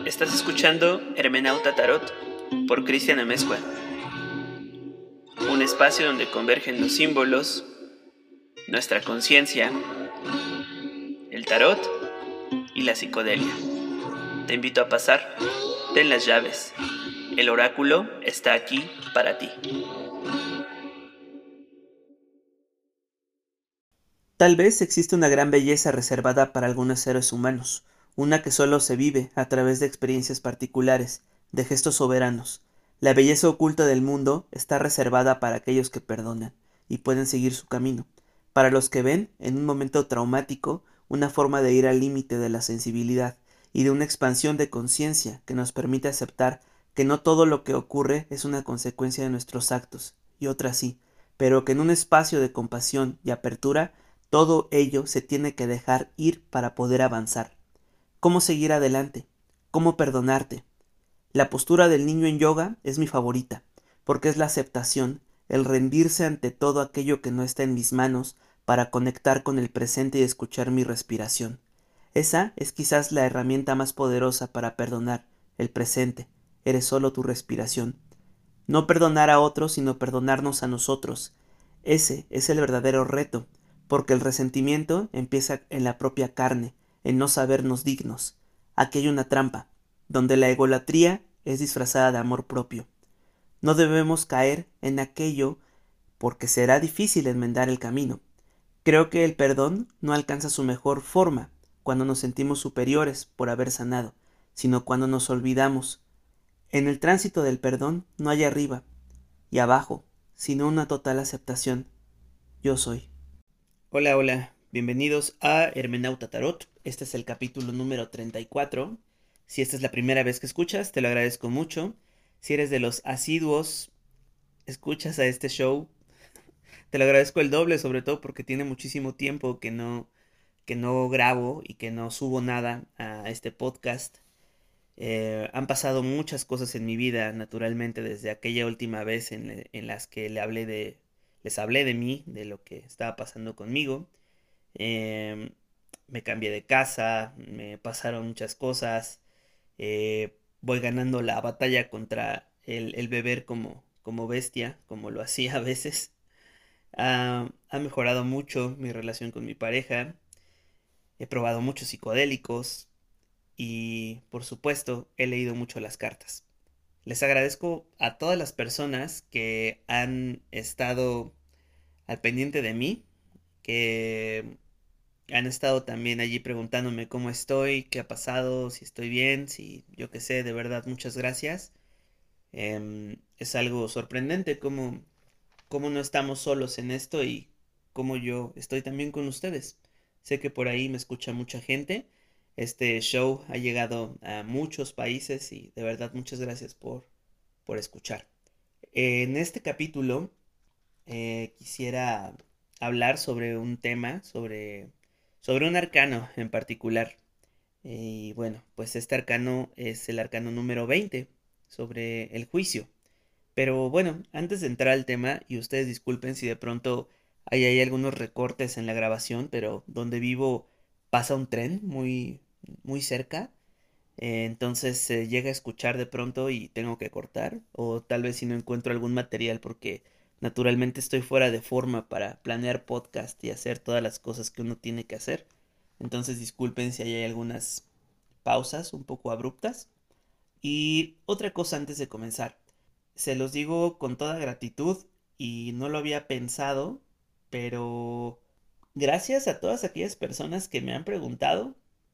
Estás escuchando Hermenauta Tarot por Cristian Amezcua, un espacio donde convergen los símbolos, nuestra conciencia, el tarot y la psicodelia. Te invito a pasar, ten las llaves. El oráculo está aquí para ti. Tal vez existe una gran belleza reservada para algunos seres humanos, una que solo se vive a través de experiencias particulares, de gestos soberanos. La belleza oculta del mundo está reservada para aquellos que perdonan y pueden seguir su camino, para los que ven, en un momento traumático, una forma de ir al límite de la sensibilidad y de una expansión de conciencia que nos permite aceptar que no todo lo que ocurre es una consecuencia de nuestros actos, y otra sí, pero que en un espacio de compasión y apertura todo ello se tiene que dejar ir para poder avanzar. ¿Cómo seguir adelante? ¿Cómo perdonarte? La postura del niño en yoga es mi favorita, porque es la aceptación, el rendirse ante todo aquello que no está en mis manos para conectar con el presente y escuchar mi respiración. Esa es quizás la herramienta más poderosa para perdonar, el presente. Eres solo tu respiración. No perdonar a otros, sino perdonarnos a nosotros. Ese es el verdadero reto, porque el resentimiento empieza en la propia carne, en no sabernos dignos. Aquí hay una trampa, donde la egolatría es disfrazada de amor propio. No debemos caer en aquello porque será difícil enmendar el camino. Creo que el perdón no alcanza su mejor forma cuando nos sentimos superiores por haber sanado, sino cuando nos olvidamos. En el tránsito del perdón no hay arriba y abajo, sino una total aceptación. Yo soy. Hola, bienvenidos a Hermenauta Tarot. Este es el capítulo número 34. Si esta es la primera vez que escuchas, te lo agradezco mucho. Si eres de los asiduos, escuchas a este show, te lo agradezco el doble, sobre todo porque tiene muchísimo tiempo que no grabo y que no subo nada a este podcast. Han pasado muchas cosas en mi vida, naturalmente, desde aquella última vez en las que les hablé de mí, de lo que estaba pasando conmigo. Eh, Me cambié de casa, me pasaron muchas cosas. Voy ganando la batalla contra el beber como bestia, como lo hacía a veces. Ha mejorado mucho mi relación con mi pareja. He probado muchos psicodélicos y, por supuesto, he leído mucho las cartas. Les agradezco a todas las personas que han estado al pendiente de mí, que han estado también allí preguntándome cómo estoy, qué ha pasado, si estoy bien, si yo qué sé, de verdad, muchas gracias. Es algo sorprendente cómo no estamos solos en esto y cómo yo estoy también con ustedes. Sé que por ahí me escucha mucha gente. Este show ha llegado a muchos países y de verdad muchas gracias por escuchar. En este capítulo quisiera hablar sobre un tema, sobre un arcano en particular. Y bueno, pues este arcano es el arcano número 20 sobre el juicio. Pero bueno, antes de entrar al tema, y ustedes disculpen si de pronto hay algunos recortes en la grabación, pero donde vivo pasa un tren muy cerca. Entonces se llega a escuchar de pronto y tengo que cortar, o tal vez si no encuentro algún material porque naturalmente estoy fuera de forma para planear podcast y hacer todas las cosas que uno tiene que hacer. Entonces disculpen si hay algunas pausas un poco abruptas. Y otra cosa antes de comenzar, se los digo con toda gratitud y no lo había pensado, pero gracias a todas aquellas personas que me han preguntado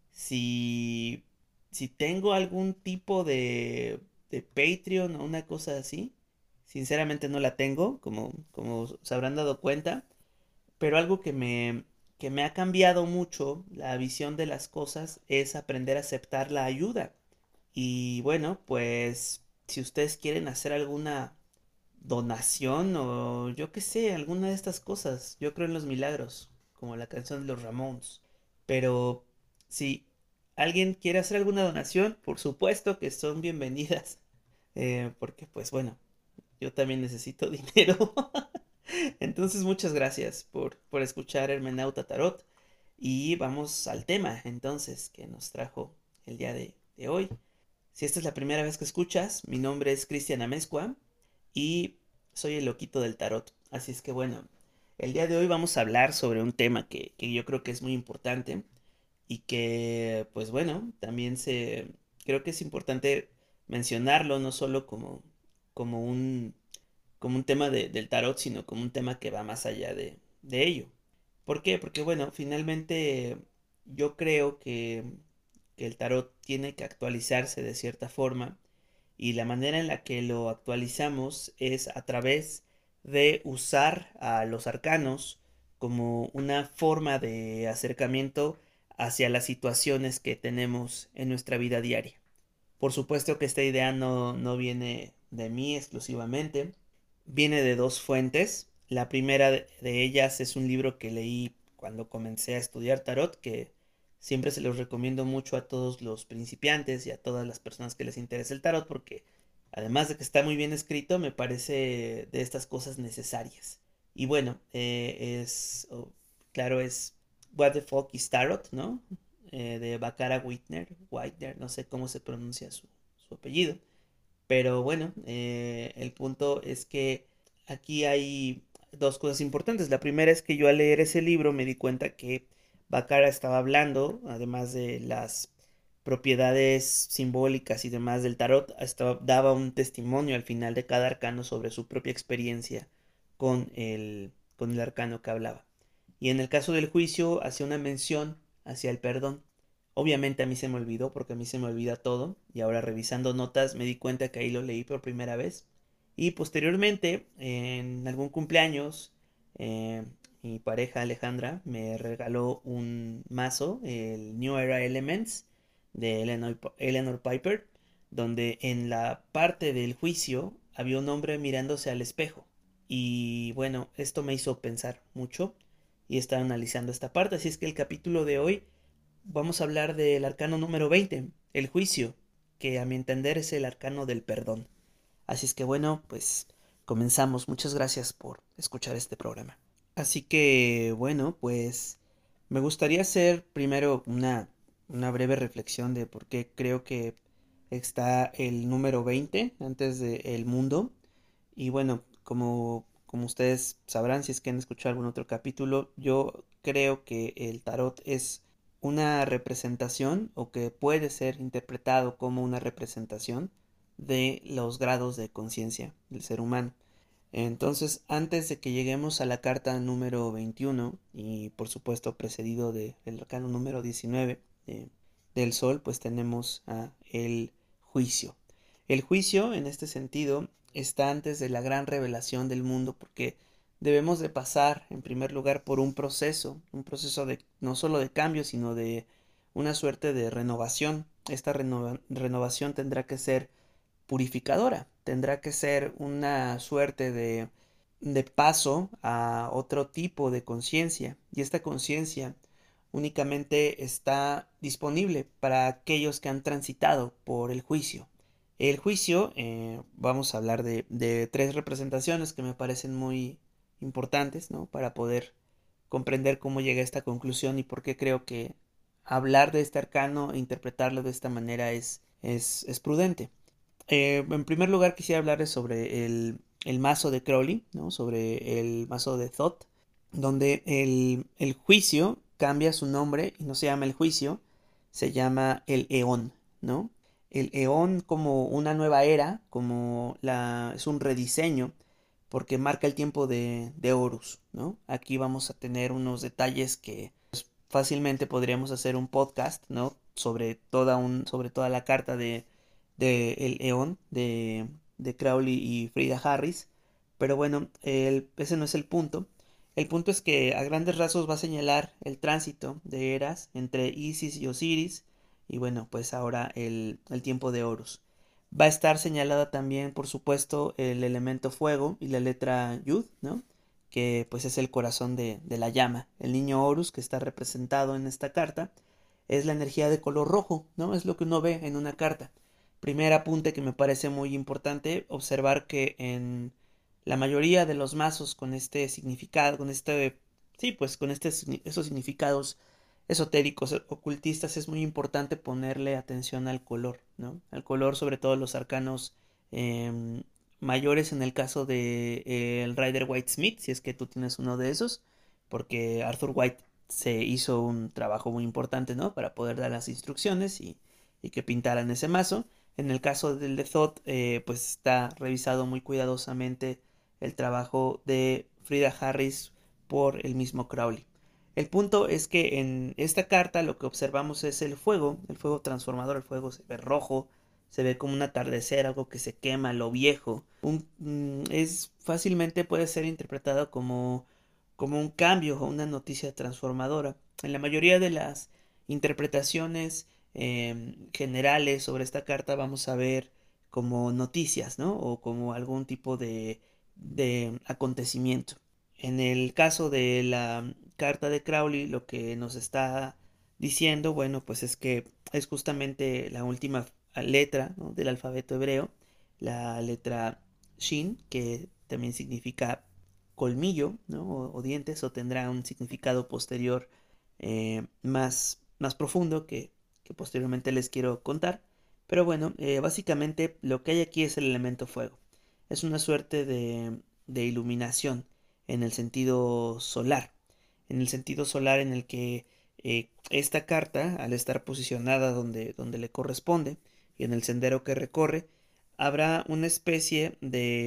si, si tengo algún tipo de Patreon o una cosa así. Sinceramente no la tengo, como se habrán dado cuenta, pero algo que me ha cambiado mucho la visión de las cosas es aprender a aceptar la ayuda. Y bueno, pues si ustedes quieren hacer alguna donación o yo qué sé, alguna de estas cosas, yo creo en los milagros, como la canción de los Ramones. Pero si alguien quiere hacer alguna donación, por supuesto que son bienvenidas. Porque pues bueno, yo también necesito dinero. Entonces muchas gracias por escuchar Hermenauta Tarot. Y vamos al tema entonces que nos trajo el día de hoy. Si esta es la primera vez que escuchas, mi nombre es Cristian Amezcua y soy el loquito del tarot. Así es que bueno, el día de hoy vamos a hablar sobre un tema que yo creo que es muy importante y que pues bueno, creo que es importante mencionarlo no solo como como un tema del tarot, sino como un tema que va más allá de ello. ¿Por qué? Porque bueno, finalmente yo creo que el tarot tiene que actualizarse de cierta forma y la manera en la que lo actualizamos es a través de usar a los arcanos como una forma de acercamiento hacia las situaciones que tenemos en nuestra vida diaria. Por supuesto que esta idea no viene de mí exclusivamente, viene de dos fuentes. La primera de ellas es un libro que leí cuando comencé a estudiar tarot, que siempre se los recomiendo mucho a todos los principiantes y a todas las personas que les interesa el tarot, porque además de que está muy bien escrito, me parece de estas cosas necesarias. Y bueno, claro, es What the Fuck is Tarot, ¿no? De Baccara Whitner, no sé cómo se pronuncia su apellido. Pero bueno, el punto es que aquí hay dos cosas importantes. La primera es que yo al leer ese libro me di cuenta que Baccara estaba hablando, además de las propiedades simbólicas y demás del tarot, daba un testimonio al final de cada arcano sobre su propia experiencia con el arcano que hablaba. Y en el caso del juicio hacía una mención hacia el perdón. Obviamente a mí se me olvidó porque a mí se me olvida todo y ahora revisando notas me di cuenta que ahí lo leí por primera vez. Y posteriormente, en algún cumpleaños, eh, mi pareja Alejandra me regaló un mazo, el New Era Elements de Eleanor Piper, donde en la parte del juicio había un hombre mirándose al espejo. Y bueno, esto me hizo pensar mucho y estar analizando esta parte. Así es que el capítulo de hoy vamos a hablar del arcano número 20, el juicio, que a mi entender es el arcano del perdón. Así es que bueno, pues comenzamos. Muchas gracias por escuchar este programa. Así que bueno, pues me gustaría hacer primero una breve reflexión de por qué creo que está el número 20 antes de el mundo. Y bueno, como ustedes sabrán si es que han escuchado algún otro capítulo, yo creo que el tarot es una representación o que puede ser interpretado como una representación de los grados de conciencia del ser humano. Entonces, antes de que lleguemos a la carta número 21 y por supuesto precedido del arcano número 19 del Sol, pues tenemos el juicio. El juicio, en este sentido, está antes de la gran revelación del mundo porque debemos de pasar, en primer lugar, por un proceso de no solo de cambio, sino de una suerte de renovación. Esta renovación tendrá que ser purificadora, tendrá que ser una suerte de paso a otro tipo de conciencia y esta conciencia únicamente está disponible para aquellos que han transitado por el juicio. El juicio, vamos a hablar de tres representaciones que me parecen muy importantes, ¿no? Para poder comprender cómo llegué a esta conclusión y por qué creo que hablar de este arcano e interpretarlo de esta manera es prudente. En primer lugar quisiera hablarles sobre el mazo de Crowley, ¿no? Sobre el mazo de Thoth, donde el juicio cambia su nombre y no se llama el juicio, se llama el eón, ¿no? El eón como una nueva era, es un rediseño, porque marca el tiempo de Horus, ¿no? Aquí vamos a tener unos detalles que pues, fácilmente podríamos hacer un podcast, ¿no? Sobre toda la carta de el Eón de Crowley y Frida Harris. Pero bueno, ese no es el punto. El punto es que a grandes rasgos va a señalar el tránsito de eras entre Isis y Osiris. Y bueno, pues ahora el tiempo de Horus. Va a estar señalada también, por supuesto, el elemento fuego y la letra Yud, ¿no? Que pues es el corazón de la llama. El niño Horus que está representado en esta carta es la energía de color rojo, ¿no? Es lo que uno ve en una carta. Primer apunte que me parece muy importante, observar que en la mayoría de los mazos con este significado, sí, pues con esos significados esotéricos, ocultistas, es muy importante ponerle atención al color, ¿no? Al color, sobre todo los arcanos em, mayores en el caso de el Rider White Smith, si es que tú tienes uno de esos, porque Arthur White se hizo un trabajo muy importante, ¿no? Para poder dar las instrucciones y que pintaran ese mazo. En el caso del de Thoth, pues está revisado muy cuidadosamente el trabajo de Frida Harris por el mismo Crowley. El punto es que en esta carta lo que observamos es el fuego transformador, el fuego se ve rojo, se ve como un atardecer, algo que se quema, lo viejo. Es fácilmente puede ser interpretado como un cambio o una noticia transformadora. En la mayoría de las interpretaciones generales sobre esta carta vamos a ver como noticias, ¿no? O como algún tipo de acontecimiento. En el caso de la carta de Crowley, lo que nos está diciendo, bueno, pues es que es justamente la última letra, ¿no? Del alfabeto hebreo, la letra Shin, que también significa colmillo, ¿no? O dientes, o tendrá un significado posterior más profundo que posteriormente les quiero contar. Pero bueno, básicamente lo que hay aquí es el elemento fuego. Es una suerte de iluminación en el sentido solar. En el sentido solar en el que esta carta, al estar posicionada donde le corresponde y en el sendero que recorre, habrá una especie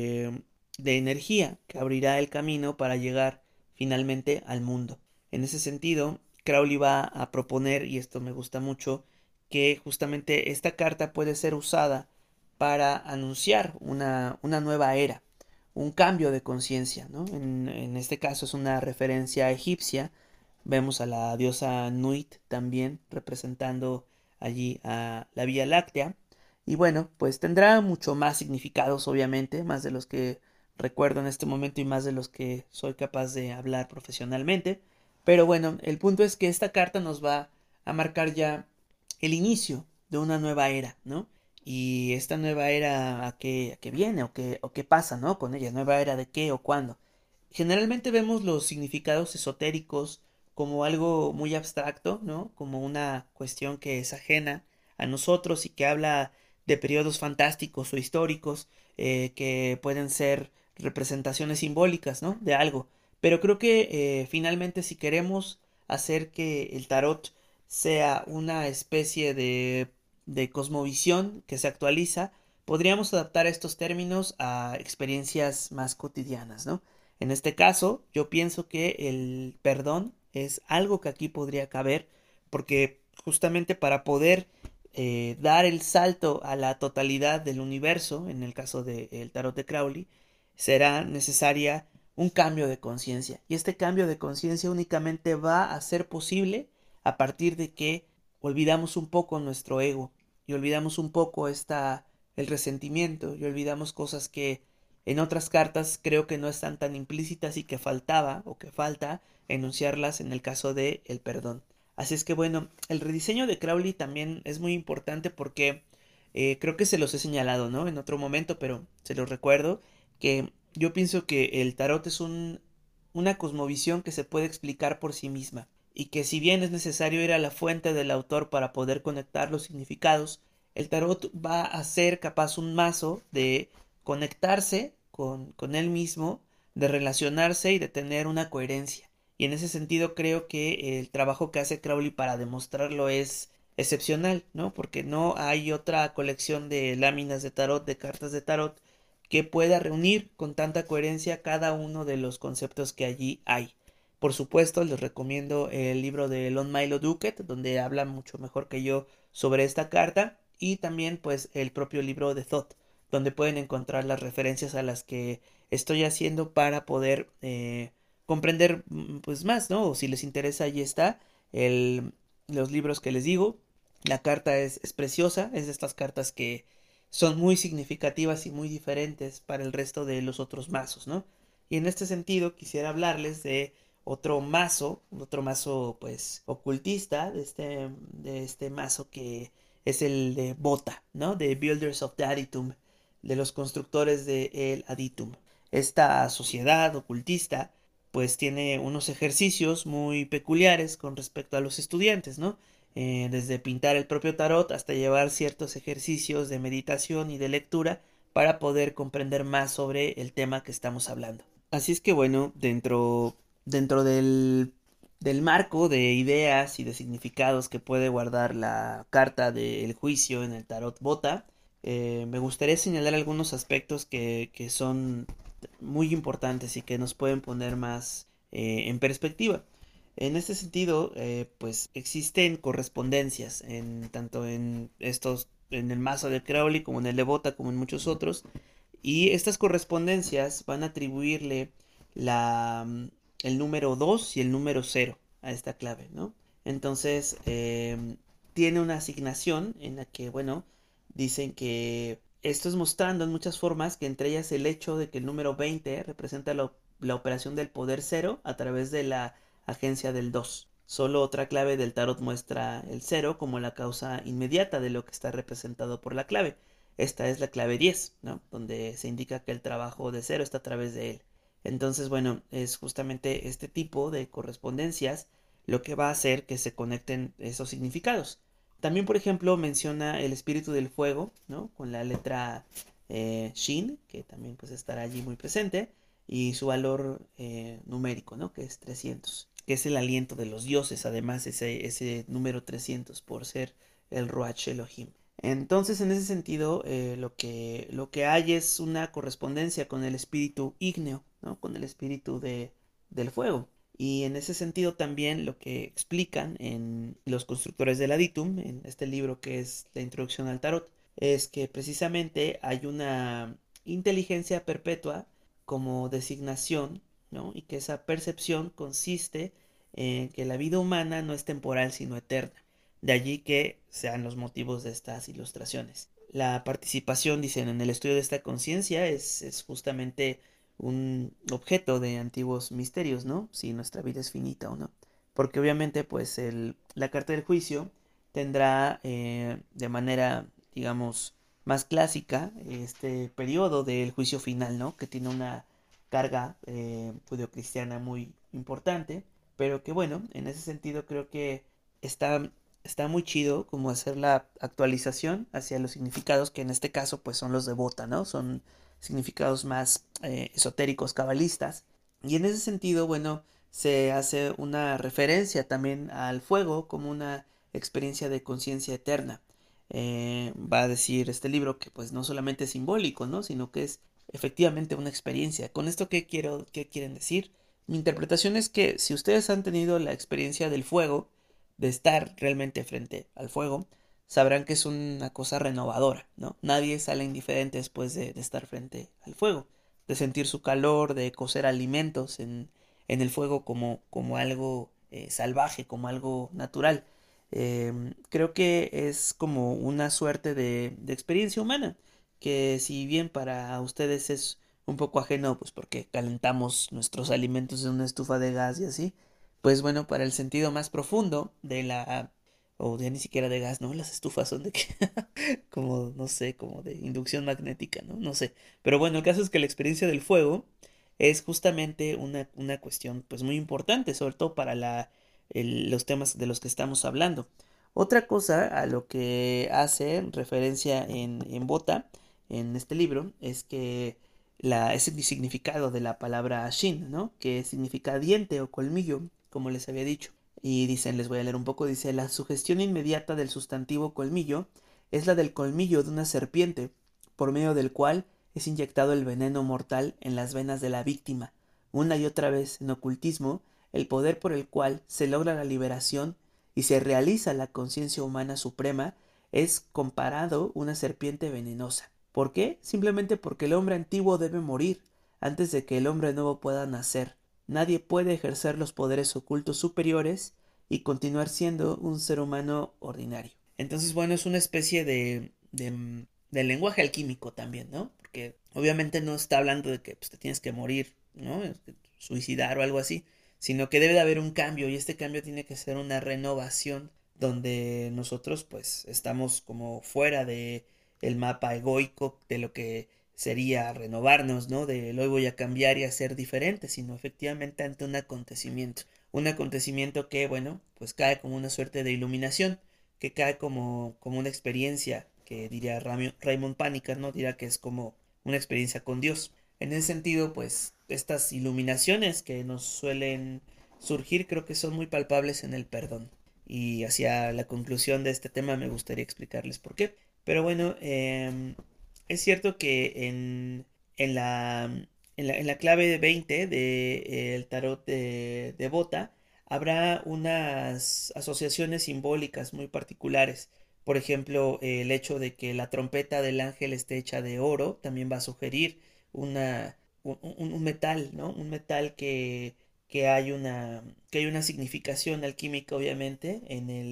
de energía que abrirá el camino para llegar finalmente al mundo. En ese sentido, Crowley va a proponer, y esto me gusta mucho, que justamente esta carta puede ser usada para anunciar una nueva era, un cambio de conciencia, ¿no? En este caso es una referencia egipcia. Vemos a la diosa Nuit también representando allí a la Vía Láctea. Y bueno, pues tendrá mucho más significados, obviamente, más de los que recuerdo en este momento y más de los que soy capaz de hablar profesionalmente. Pero bueno, el punto es que esta carta nos va a marcar ya el inicio de una nueva era, ¿no? Y esta nueva era a qué viene o qué pasa, ¿no? Con ella, nueva era de qué o cuándo. Generalmente vemos los significados esotéricos como algo muy abstracto, ¿no? Como una cuestión que es ajena a nosotros y que habla de periodos fantásticos o históricos que pueden ser representaciones simbólicas, ¿no? De algo. Pero creo que finalmente si queremos hacer que el tarot sea una especie de cosmovisión que se actualiza, podríamos adaptar estos términos a experiencias más cotidianas, ¿no? En este caso, yo pienso que el perdón es algo que aquí podría caber, porque justamente para poder dar el salto a la totalidad del universo, en el caso del tarot de Crowley, será necesaria un cambio de conciencia. Y este cambio de conciencia únicamente va a ser posible a partir de que olvidamos un poco nuestro ego y olvidamos un poco el resentimiento y olvidamos cosas que en otras cartas creo que no están tan implícitas y que faltaba o que falta enunciarlas en el caso de el perdón. Así es que bueno, el rediseño de Crowley también es muy importante porque creo que se los he señalado, ¿no? En otro momento, pero se los recuerdo que yo pienso que el tarot es una cosmovisión que se puede explicar por sí misma y que si bien es necesario ir a la fuente del autor para poder conectar los significados, el tarot va a ser capaz un mazo de conectarse con él mismo, de relacionarse y de tener una coherencia. Y en ese sentido creo que el trabajo que hace Crowley para demostrarlo es excepcional, ¿no? Porque no hay otra colección de láminas de tarot, de cartas de tarot, que pueda reunir con tanta coherencia cada uno de los conceptos que allí hay. Por supuesto, les recomiendo el libro de Lon Milo Duquette, donde habla mucho mejor que yo sobre esta carta, y también pues el propio libro de Thoth, donde pueden encontrar las referencias a las que estoy haciendo para poder comprender pues más, ¿no? O si les interesa, allí está los libros que les digo. La carta es preciosa, es de estas cartas que son muy significativas y muy diferentes para el resto de los otros mazos, ¿no? Y en este sentido quisiera hablarles de otro mazo pues ocultista de este mazo que es el de Bota, ¿no? De Builders of the Aditum, de los constructores de el Aditum. Esta sociedad ocultista pues tiene unos ejercicios muy peculiares con respecto a los estudiantes, ¿no? Desde pintar el propio tarot hasta llevar ciertos ejercicios de meditación y de lectura para poder comprender más sobre el tema que estamos hablando. Así es que bueno, dentro del marco de ideas y de significados que puede guardar la carta del juicio en el tarot bota, me gustaría señalar algunos aspectos que son muy importantes y que nos pueden poner más en perspectiva. En este sentido, pues existen correspondencias tanto en en el mazo de Crowley como en el de Bota, como en muchos otros, y estas correspondencias van a atribuirle la, el número 2 y el número cero a esta clave, ¿no? Entonces, tiene una asignación en la que, bueno, dicen que esto es mostrando en muchas formas, que entre ellas el hecho de que el número 20 representa la operación del poder cero a través de la agencia del 2. Solo otra clave del tarot muestra el cero como la causa inmediata de lo que está representado por la clave. Esta es la clave 10, ¿no? Donde se indica que el trabajo de cero está a través de él. Entonces, bueno, es justamente este tipo de correspondencias lo que va a hacer que se conecten esos significados. También, por ejemplo, menciona el espíritu del fuego, ¿no? Con la letra Shin, que también pues estará allí muy presente, y su valor numérico, ¿no? Que es 300, que es el aliento de los dioses, además ese número 300 por ser el Ruach Elohim. Entonces, en ese sentido, lo que hay es una correspondencia con el espíritu ígneo, ¿no? Con el espíritu del fuego. Y en ese sentido también lo que explican en los constructores del Aditum, en este libro que es la introducción al tarot, es que precisamente hay una inteligencia perpetua como designación, ¿no? Y que esa percepción consiste en que la vida humana no es temporal sino eterna. De allí que sean los motivos de estas ilustraciones. La participación, dicen, en el estudio de esta conciencia es justamente un objeto de antiguos misterios, ¿no? Si nuestra vida es finita o no. Porque obviamente, pues, la carta del juicio tendrá de manera, digamos, más clásica este periodo del juicio final, ¿no? Que tiene una carga judeocristiana muy importante, pero que bueno, en ese sentido creo que está está muy chido como hacer la actualización hacia los significados que en este caso pues son los de Bota, ¿no? Son significados más esotéricos, cabalistas. Y en ese sentido, bueno, se hace una referencia también al fuego como una experiencia de conciencia eterna. Va a decir este libro que pues no solamente es simbólico, ¿no? Sino que es efectivamente una experiencia. ¿Con esto qué quieren decir? Mi interpretación es que si ustedes han tenido la experiencia del fuego, de estar realmente frente al fuego, sabrán que es una cosa renovadora, ¿no? Nadie sale indiferente después de estar frente al fuego, de sentir su calor, de cocer alimentos en el fuego como algo salvaje, como algo natural. Creo que es como una suerte de experiencia humana, que si bien para ustedes es un poco ajeno, pues porque calentamos nuestros alimentos en una estufa de gas y así, pues bueno, para el sentido más profundo de o ya ni siquiera de gas, ¿no? Las estufas son de que, como, no sé, como de inducción magnética, ¿no? No sé. Pero bueno, el caso es que la experiencia del fuego es justamente una cuestión, pues muy importante, sobre todo para los temas de los que estamos hablando. Otra cosa a lo que hace referencia en Bota, en este libro, es que ese significado de la palabra shin, ¿no? Que significa diente o colmillo, como les había dicho. Y dicen, les voy a leer un poco, dice, la sugestión inmediata del sustantivo colmillo es la del colmillo de una serpiente, por medio del cual es inyectado el veneno mortal en las venas de la víctima. Una y otra vez, en ocultismo, el poder por el cual se logra la liberación y se realiza la conciencia humana suprema es comparado una serpiente venenosa. ¿Por qué? Simplemente porque el hombre antiguo debe morir antes de que el hombre nuevo pueda nacer. Nadie puede ejercer los poderes ocultos superiores y continuar siendo un ser humano ordinario. Entonces, bueno, es una especie de lenguaje alquímico también, ¿no? Porque obviamente no está hablando de que pues, te tienes que morir, ¿no? Suicidar o algo así, sino que debe de haber un cambio y este cambio tiene que ser una renovación donde nosotros pues estamos como fuera de el mapa egoico de lo que sería renovarnos, ¿no? De hoy voy a cambiar y a ser diferente, sino efectivamente ante un acontecimiento que, bueno, pues cae como una suerte de iluminación, que cae como una experiencia, que diría Raymond Panikkar, ¿no? Dirá que es como una experiencia con Dios. En ese sentido, pues estas iluminaciones que nos suelen surgir creo que son muy palpables en el perdón. Y hacia la conclusión de este tema me gustaría explicarles por qué. Pero bueno, es cierto que en la, en la clave de 20 del tarot de Bota habrá unas asociaciones simbólicas muy particulares. Por ejemplo, el hecho de que la trompeta del ángel esté hecha de oro también va a sugerir una, un metal, ¿no? Un metal que hay una, que hay una significación alquímica, obviamente,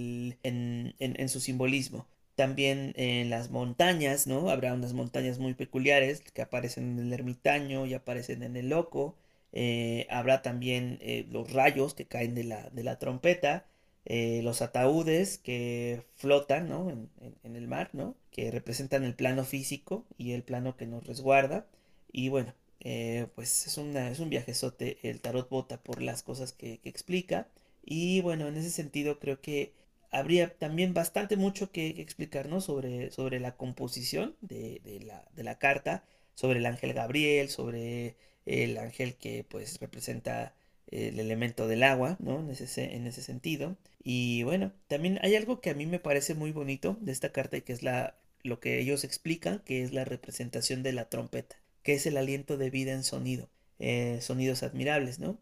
en su simbolismo. También en las montañas, ¿no? Habrá unas montañas muy peculiares que aparecen en el ermitaño y aparecen en el loco. Habrá también los rayos que caen de la trompeta, los ataúdes que flotan, ¿no? En el mar, ¿no? Que representan el plano físico y el plano que nos resguarda. Y bueno, pues es un viajezote el tarot bota por las cosas que explica. Y bueno, en ese sentido creo que habría también bastante mucho que explicar, ¿no? Sobre la composición de la carta, sobre el ángel Gabriel, sobre el ángel que pues representa el elemento del agua, ¿no? En ese sentido. Y bueno, también hay algo que a mí me parece muy bonito de esta carta y que es lo que ellos explican, que es la representación de la trompeta, que es el aliento de vida en sonido, sonidos admirables, ¿no?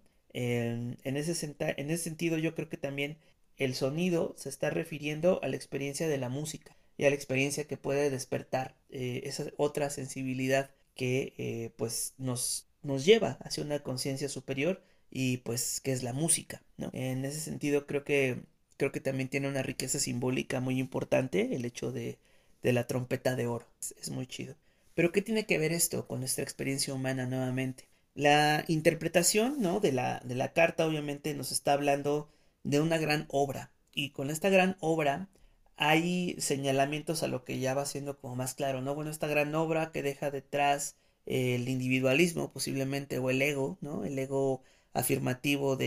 En ese sentido yo creo que también el sonido se está refiriendo a la experiencia de la música y a la experiencia que puede despertar esa otra sensibilidad que pues nos lleva hacia una conciencia superior y pues que es la música, ¿no? En ese sentido creo que también tiene una riqueza simbólica muy importante el hecho de la trompeta de oro. Es muy chido. Pero ¿qué tiene que ver esto con nuestra experiencia humana nuevamente? La interpretación, ¿no? de la carta obviamente nos está hablando de una gran obra. Y con esta gran obra hay señalamientos a lo que ya va siendo como más claro, ¿no? Bueno, esta gran obra que deja detrás el individualismo posiblemente o el ego, ¿no? El ego afirmativo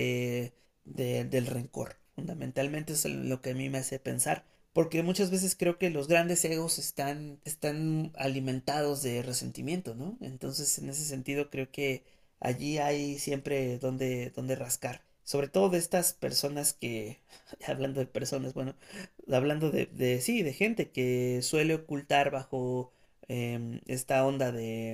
del rencor. Fundamentalmente es lo que a mí me hace pensar. Porque muchas veces creo que los grandes egos están alimentados de resentimiento, ¿no? Entonces, en ese sentido, creo que allí hay siempre donde rascar. Sobre todo de estas personas que, hablando de personas, bueno, hablando sí, de gente que suele ocultar bajo esta onda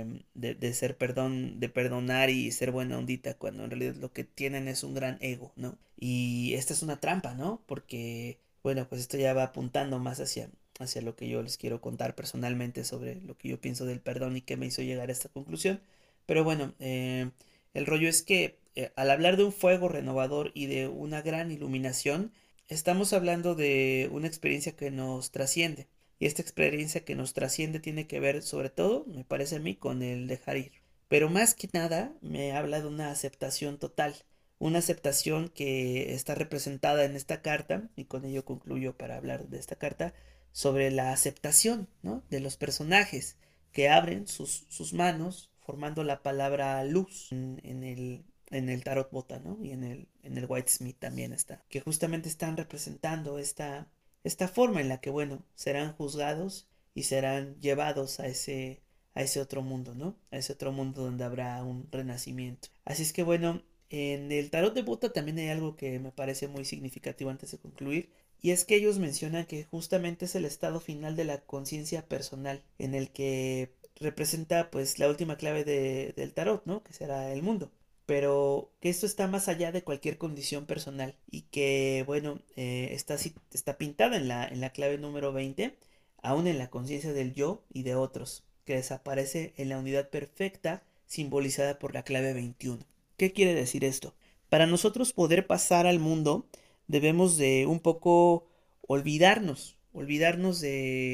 de ser perdón, de perdonar y ser buena ondita, cuando en realidad lo que tienen es un gran ego, ¿no? Y esta es una trampa, ¿no? Porque, bueno, pues esto ya va apuntando más hacia lo que yo les quiero contar personalmente sobre lo que yo pienso del perdón y qué me hizo llegar a esta conclusión. Pero bueno, el rollo es que al hablar de un fuego renovador y de una gran iluminación, estamos hablando de una experiencia que nos trasciende. Y esta experiencia que nos trasciende tiene que ver, sobre todo, me parece a mí, con el dejar ir. Pero más que nada, me habla de una aceptación total. Una aceptación que está representada en esta carta, y con ello concluyo para hablar de esta carta, sobre la aceptación, ¿no? De los personajes que abren sus manos formando la palabra luz en el tarot bota, ¿no? Y en el White Smith también está, que justamente están representando esta forma en la que, bueno, serán juzgados y serán llevados a ese otro mundo, ¿no? A ese otro mundo donde habrá un renacimiento. Así es que, bueno, en el tarot de bota también hay algo que me parece muy significativo antes de concluir, y es que ellos mencionan que justamente es el estado final de la conciencia personal, en el que representa pues la última clave del tarot, ¿no? Que será el mundo. Pero que esto está más allá de cualquier condición personal y que, bueno, está pintada en la clave número 20, aún en la conciencia del yo y de otros, que desaparece en la unidad perfecta simbolizada por la clave 21. ¿Qué quiere decir esto? Para nosotros poder pasar al mundo, debemos de un poco olvidarnos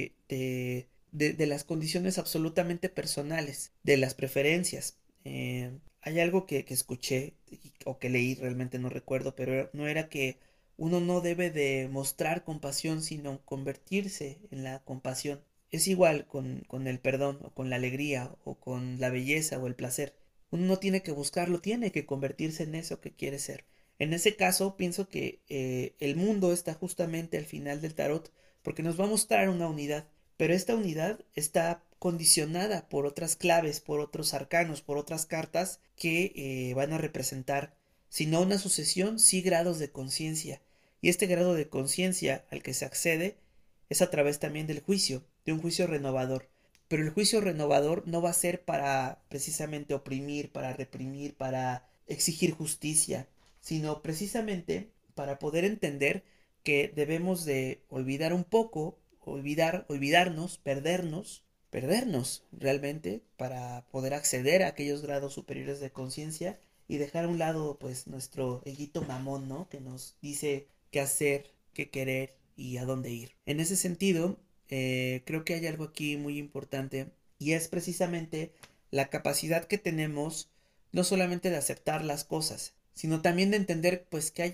de las condiciones absolutamente personales, de las preferencias. Hay algo que escuché o que leí, realmente no recuerdo, pero no era que uno no debe de mostrar compasión, sino convertirse en la compasión. es igual con el perdón o con la alegría o con la belleza o el placer. Uno no tiene que buscarlo, tiene que convertirse en eso que quiere ser. En ese caso, pienso que el mundo está justamente al final del tarot porque nos va a mostrar una unidad, pero esta unidad está condicionada por otras claves, por otros arcanos, por otras cartas que van a representar, si no una sucesión, sí grados de conciencia. Y este grado de conciencia al que se accede es a través también del juicio, de un juicio renovador. Pero el juicio renovador no va a ser para precisamente oprimir, para reprimir, para exigir justicia, sino precisamente para poder entender que debemos de olvidar un poco, olvidarnos, perdernos realmente para poder acceder a aquellos grados superiores de conciencia y dejar a un lado pues nuestro eguito mamón, ¿no? Que nos dice qué hacer, qué querer y a dónde ir. En ese sentido, creo que hay algo aquí muy importante y es precisamente la capacidad que tenemos no solamente de aceptar las cosas, sino también de entender pues que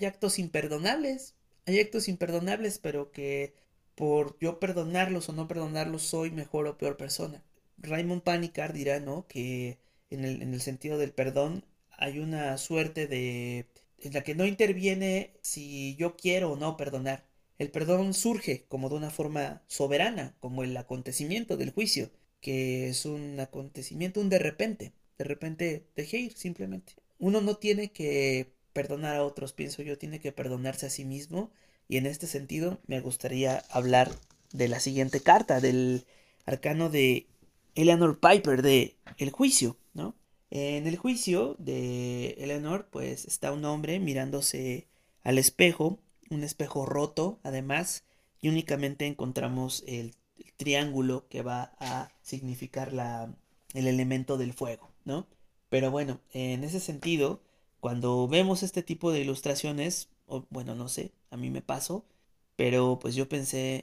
hay actos imperdonables, pero que por yo perdonarlos o no perdonarlos soy mejor o peor persona. Raymond Panikar dirá, ¿no? Que en el sentido del perdón hay una suerte de en la que no interviene si yo quiero o no perdonar. El perdón surge como de una forma soberana, como el acontecimiento del juicio, que es un acontecimiento, un de repente dejé ir simplemente. Uno no tiene que perdonar a otros, pienso yo, tiene que perdonarse a sí mismo y en este sentido me gustaría hablar de la siguiente carta, del arcano de Eleanor Piper de El juicio, ¿no? En el juicio de Eleanor, pues está un hombre mirándose al espejo, un espejo roto, además, y únicamente encontramos el triángulo que va a significar el elemento del fuego, ¿no? Pero bueno, en ese sentido, cuando vemos este tipo de ilustraciones, o, bueno, no sé, a mí me pasó, pero pues yo pensé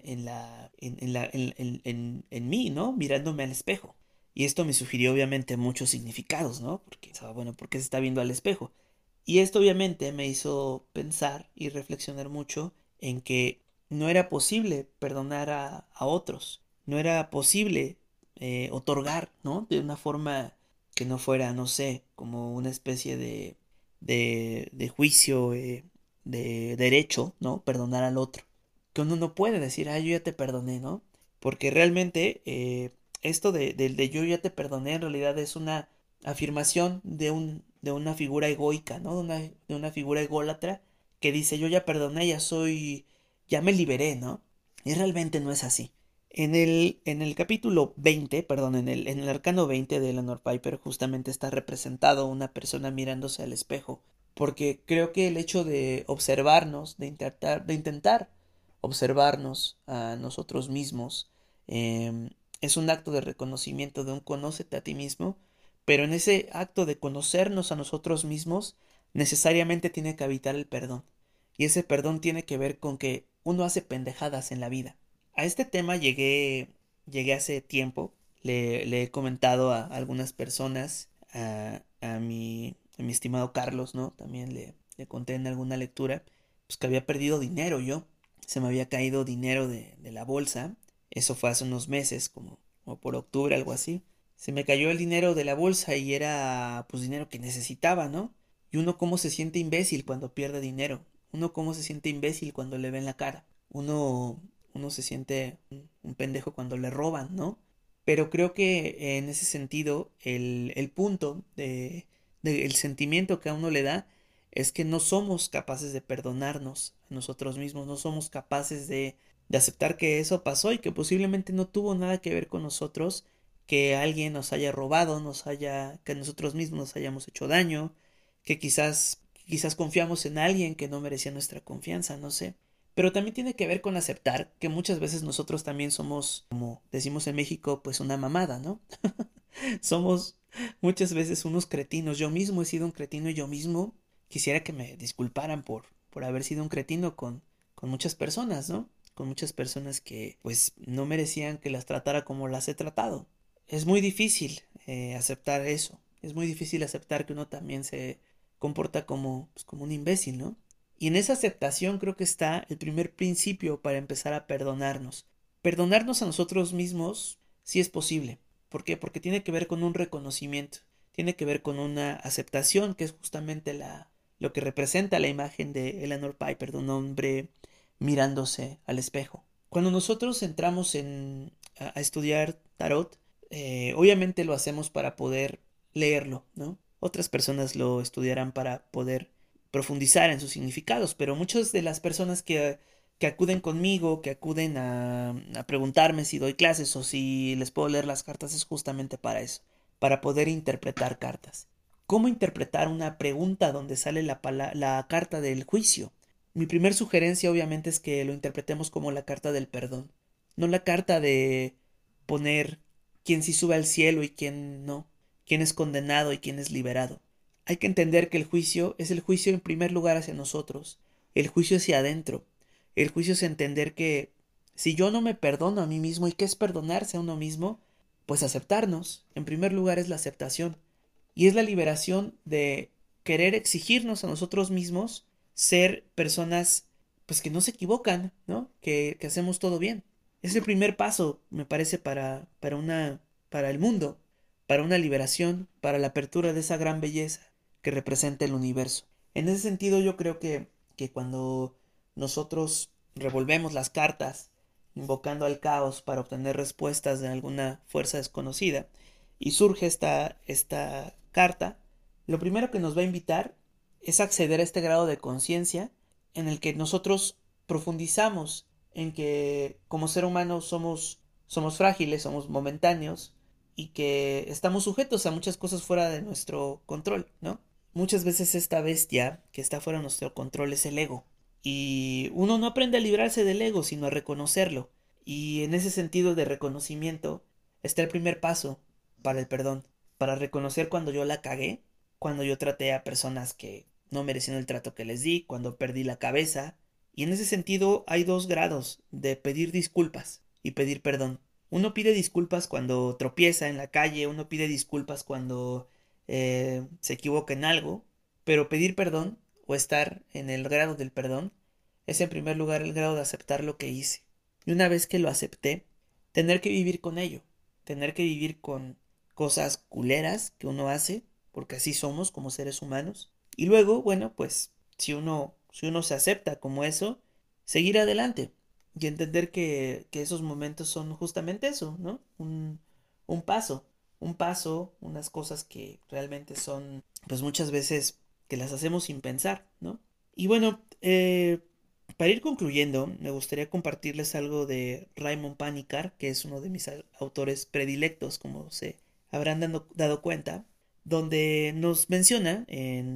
en mí, ¿no? Mirándome al espejo. Y esto me sugirió obviamente muchos significados, ¿no? Porque, bueno, ¿por qué se está viendo al espejo? Y esto obviamente me hizo pensar y reflexionar mucho en que no era posible perdonar a otros, no era posible otorgar, ¿no? De una forma que no fuera, no sé, como una especie de juicio, de derecho, ¿no? Perdonar al otro. Que uno no puede decir, ah, yo ya te perdoné, ¿no? Porque realmente esto de yo ya te perdoné en realidad es una afirmación de una figura egoica, ¿no? De una figura ególatra que dice yo ya perdoné, ya me liberé, ¿no? Y realmente no es así. En el capítulo 20, perdón, en el arcano 20 de Eleanor Piper justamente está representado una persona mirándose al espejo, porque creo que el hecho de observarnos, de intentar observarnos a nosotros mismos, es un acto de reconocimiento de un conócete a ti mismo, pero en ese acto de conocernos a nosotros mismos, necesariamente tiene que habitar el perdón. Y ese perdón tiene que ver con que uno hace pendejadas en la vida. A este tema llegué hace tiempo. Le he comentado a algunas personas, a mi estimado Carlos, ¿no? También le conté en alguna lectura, pues que había perdido dinero yo. Se me había caído dinero de la bolsa. Eso fue hace unos meses, como por octubre, algo así. Se me cayó el dinero de la bolsa y era pues dinero que necesitaba, ¿no? Y uno cómo se siente imbécil cuando pierde dinero. Uno cómo se siente imbécil cuando le ven la cara. Uno se siente un pendejo cuando le roban, ¿no? Pero creo que en ese sentido el punto el sentimiento que a uno le da es que no somos capaces de perdonarnos a nosotros mismos, no somos capaces de aceptar que eso pasó y que posiblemente no tuvo nada que ver con nosotros, que alguien nos haya robado, que nosotros mismos nos hayamos hecho daño, que quizás confiamos en alguien que no merecía nuestra confianza, no sé. Pero también tiene que ver con aceptar que muchas veces nosotros también somos, como decimos en México, pues una mamada, ¿no? Somos muchas veces unos cretinos. Yo mismo he sido un cretino y yo mismo quisiera que me disculparan por haber sido un cretino con muchas personas, ¿no? Con muchas personas que pues no merecían que las tratara como las he tratado. Es muy difícil aceptar eso. Es muy difícil aceptar que uno también se comporta como, pues, como un imbécil, ¿no? Y en esa aceptación creo que está el primer principio para empezar a perdonarnos. perdonarnos a nosotros mismos sí es posible. ¿Por qué? Porque tiene que ver con un reconocimiento, tiene que ver con una aceptación, que es justamente lo que representa la imagen de Eleanor Piper, de un hombre mirándose al espejo. Cuando nosotros entramos a estudiar tarot, obviamente lo hacemos para poder leerlo, ¿no? Otras personas lo estudiarán para poder profundizar en sus significados, pero muchas de las personas que acuden conmigo, que acuden a preguntarme si doy clases o si les puedo leer las cartas, es justamente para eso, para poder interpretar cartas. ¿Cómo interpretar una pregunta donde sale la carta del juicio? Mi primer sugerencia obviamente es que lo interpretemos como la carta del perdón, no la carta de poner quién sí sube al cielo y quién no, quién es condenado y quién es liberado. Hay que entender que el juicio es el juicio en primer lugar hacia nosotros, el juicio hacia adentro. El juicio es entender que si yo no me perdono a mí mismo, ¿y qué es perdonarse a uno mismo? Pues aceptarnos. En primer lugar es la aceptación. Y es la liberación de querer exigirnos a nosotros mismos ser personas pues que no se equivocan, ¿no? Que hacemos todo bien. Es el primer paso, me parece, para el mundo, para una liberación, para la apertura de esa gran belleza que representa el universo. En ese sentido, yo creo que cuando nosotros revolvemos las cartas, invocando al caos para obtener respuestas de alguna fuerza desconocida, y surge esta carta, lo primero que nos va a invitar es acceder a este grado de conciencia en el que nosotros profundizamos en que como ser humano somos frágiles, somos momentáneos y que estamos sujetos a muchas cosas fuera de nuestro control, ¿no? Muchas veces esta bestia que está fuera de nuestro control es el ego. Y uno no aprende a librarse del ego, sino a reconocerlo. Y en ese sentido de reconocimiento está el primer paso para el perdón, para reconocer cuando yo la cagué, cuando yo traté a personas que no merecían el trato que les di, cuando perdí la cabeza. Y en ese sentido hay dos grados de pedir disculpas y pedir perdón. Uno pide disculpas cuando tropieza en la calle, uno pide disculpas cuando se equivoca en algo, pero pedir perdón o estar en el grado del perdón es en primer lugar el grado de aceptar lo que hice. Y una vez que lo acepté, tener que vivir con ello, tener que vivir con cosas culeras que uno hace, porque así somos como seres humanos. Y luego, bueno, pues si uno se acepta como eso, seguir adelante y entender que esos momentos son justamente eso, ¿no? Un paso, un paso, unas cosas que realmente son, pues muchas veces que las hacemos sin pensar, ¿no? Y bueno, para ir concluyendo, me gustaría compartirles algo de Raymond Panikar, que es uno de mis autores predilectos, como se habrán dado cuenta, donde nos menciona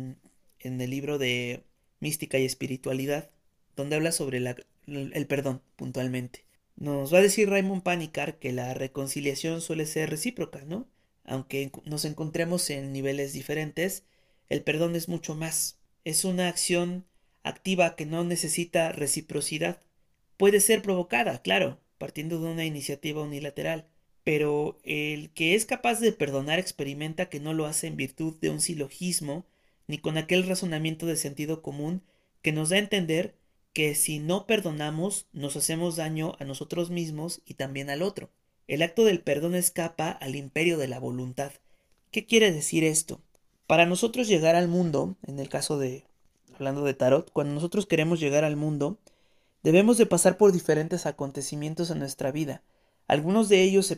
en el libro de Mística y Espiritualidad, donde habla sobre el perdón puntualmente. Nos va a decir Raymond Panikar que la reconciliación suele ser recíproca, ¿no? Aunque nos encontremos en niveles diferentes, el perdón es mucho más. Es una acción activa que no necesita reciprocidad. Puede ser provocada, claro, partiendo de una iniciativa unilateral, pero el que es capaz de perdonar experimenta que no lo hace en virtud de un silogismo ni con aquel razonamiento de sentido común que nos da a entender que si no perdonamos nos hacemos daño a nosotros mismos y también al otro. El acto del perdón escapa al imperio de la voluntad. ¿Qué quiere decir esto? Para nosotros llegar al mundo, en el caso de, hablando de tarot, cuando nosotros queremos llegar al mundo, debemos de pasar por diferentes acontecimientos en nuestra vida. Algunos de ellos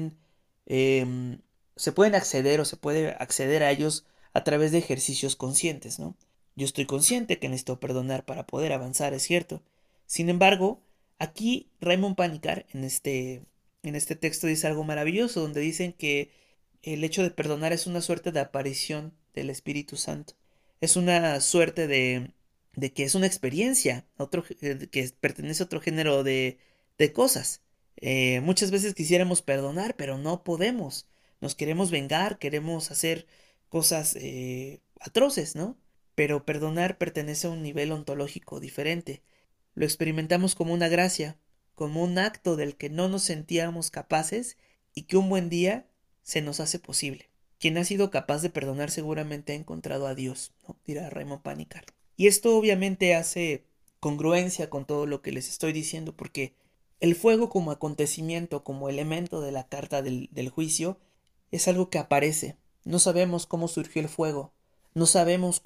se pueden acceder o se puede acceder a ellos a través de ejercicios conscientes, ¿no? Yo estoy consciente que necesito perdonar para poder avanzar, es cierto. Sin embargo, aquí Raymond Panikar en este texto dice algo maravilloso, donde dicen que el hecho de perdonar es una suerte de aparición del Espíritu Santo. Es una suerte de que es una experiencia, que pertenece a otro género de cosas. Muchas veces quisiéramos perdonar, pero no podemos. Nos queremos vengar, queremos hacer cosas atroces, ¿no? Pero perdonar pertenece a un nivel ontológico diferente. Lo experimentamos como una gracia, como un acto del que no nos sentíamos capaces y que un buen día se nos hace posible. Quien ha sido capaz de perdonar seguramente ha encontrado a Dios, ¿no? Dirá Raymond Panikar. Y esto obviamente hace congruencia con todo lo que les estoy diciendo, porque El fuego como acontecimiento, como elemento de la carta del juicio, es algo que aparece. No sabemos cómo surgió el fuego, no sabemos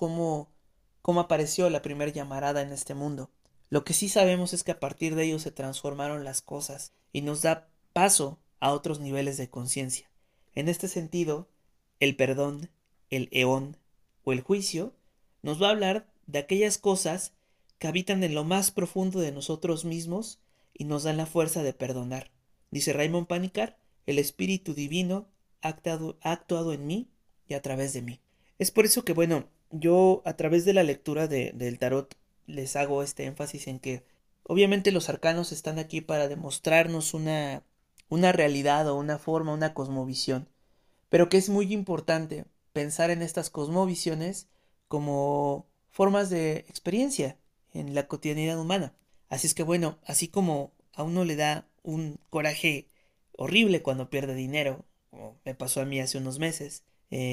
cómo apareció la primera llamarada en este mundo. Lo que sí sabemos es que a partir de ello se transformaron las cosas y nos da paso a otros niveles de conciencia. En este sentido, el perdón, el eón o el juicio nos va a hablar de aquellas cosas que habitan en lo más profundo de nosotros mismos y nos dan la fuerza de perdonar. Dice Raymond Panikkar, el Espíritu Divino ha actuado en mí y a través de mí. Es por eso que, bueno, yo a través de la lectura del tarot les hago este énfasis en que obviamente los arcanos están aquí para demostrarnos una realidad o una forma, una cosmovisión, pero que es muy importante pensar en estas cosmovisiones como formas de experiencia en la cotidianidad humana. Así es que bueno, así como a uno le da un coraje horrible cuando pierde dinero, como me pasó a mí hace unos meses,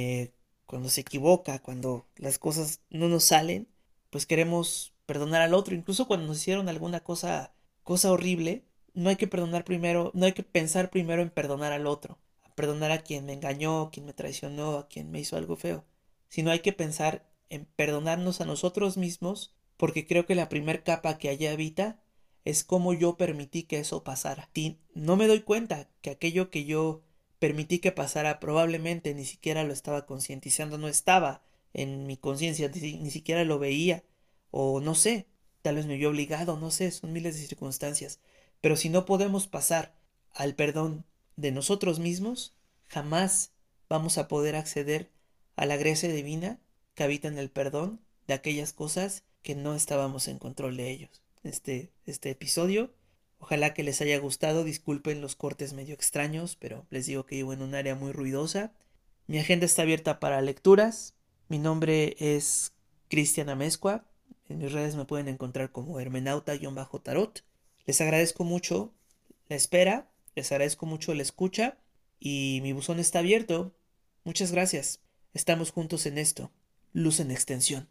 cuando se equivoca, cuando las cosas no nos salen, pues queremos perdonar al otro, incluso cuando nos hicieron alguna cosa horrible, no hay que perdonar primero, no hay que pensar primero en perdonar al otro, a perdonar a quien me engañó, a quien me traicionó, a quien me hizo algo feo, sino hay que pensar en perdonarnos a nosotros mismos, porque creo que la primer capa que allá habita es cómo yo permití que eso pasara. Y no me doy cuenta que aquello que yo permití que pasara probablemente ni siquiera lo estaba concientizando, no estaba en mi conciencia, ni siquiera lo veía, o no sé, tal vez me vio obligado, no sé, son miles de circunstancias. Pero si no podemos pasar al perdón de nosotros mismos, jamás vamos a poder acceder a la gracia divina que habita en el perdón de aquellas cosas que no estábamos en control de ellos. Este episodio, ojalá que les haya gustado, disculpen los cortes medio extraños, pero les digo que vivo en un área muy ruidosa. Mi agenda está abierta para lecturas, mi nombre es Cristian Amezcua, en mis redes me pueden encontrar como hermenauta-tarot. Les agradezco mucho la espera, les agradezco mucho la escucha y mi buzón está abierto. Muchas gracias. Estamos juntos en esto. Luz en extensión.